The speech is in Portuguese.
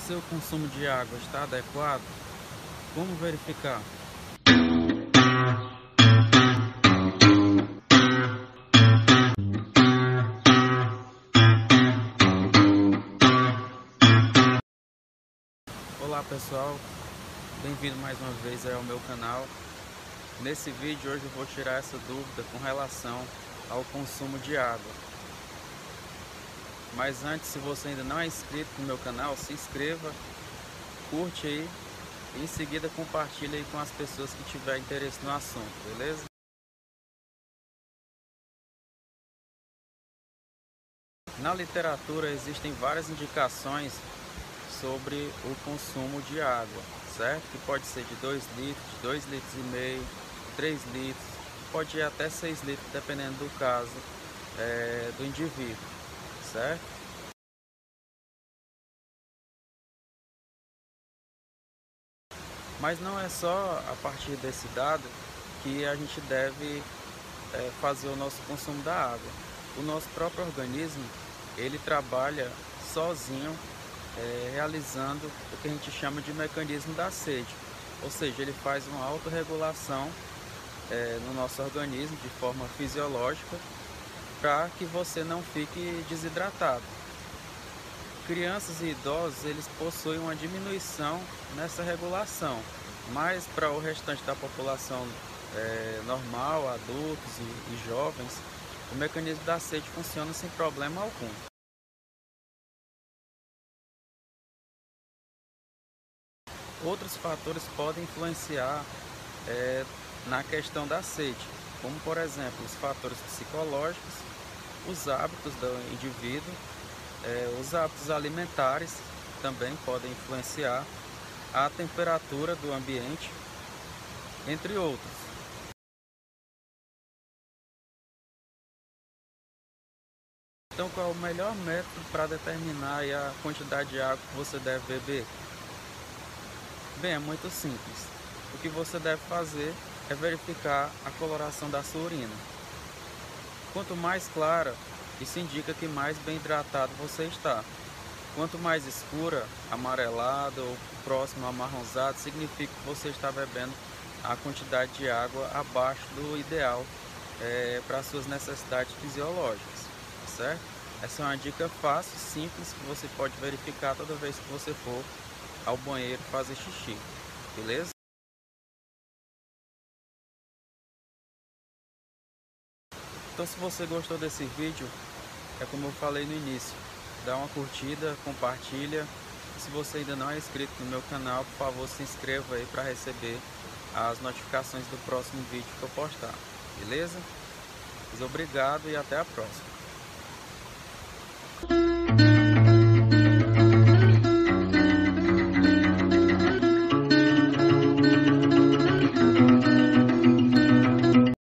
seu consumo de água está adequado? Como verificar? Olá pessoal, bem-vindo mais uma vez ao meu canal. Nesse vídeo hoje eu vou tirar essa dúvida com relação ao consumo de água. Mas antes, se você ainda não é inscrito no meu canal, se inscreva, curte aí e em seguida compartilhe aí com as pessoas que tiverem interesse no assunto, beleza? Na literatura existem várias indicações sobre o consumo de água, certo? Que pode ser de 2 litros, de 2,5 litros, 3 litros, pode ir até 6 litros, dependendo do caso do indivíduo, certo? Mas não é só a partir desse dado que a gente deve fazer o nosso consumo da água. O nosso próprio organismo, ele trabalha sozinho, realizando o que a gente chama de mecanismo da sede. Ou seja, ele faz uma autorregulação no nosso organismo de forma fisiológica para que você não fique desidratado. Crianças e idosos, eles possuem uma diminuição nessa regulação, mas para o restante da população normal, adultos e jovens, o mecanismo da sede funciona sem problema algum. Outros fatores podem influenciar na questão da sede, como por exemplo os fatores psicológicos, os hábitos do indivíduo, os hábitos alimentares também podem influenciar, a temperatura do ambiente, entre outros. Então, qual é o melhor método para determinar a quantidade de água que você deve beber? Bem, é muito simples. O que você deve fazer é verificar a coloração da sua urina. Quanto mais clara, isso indica que mais bem hidratado você está. Quanto mais escura, amarelada ou próximo a amarronzado, significa que você está bebendo a quantidade de água abaixo do ideal para suas necessidades fisiológicas, certo? Essa é uma dica fácil, simples, que você pode verificar toda vez que você for ao banheiro fazer xixi, beleza? Então, se você gostou desse vídeo, é como eu falei no início, dá uma curtida, compartilha. Se você ainda não é inscrito no meu canal, por favor se inscreva aí para receber as notificações do próximo vídeo que eu postar, beleza? Mas obrigado e até a próxima.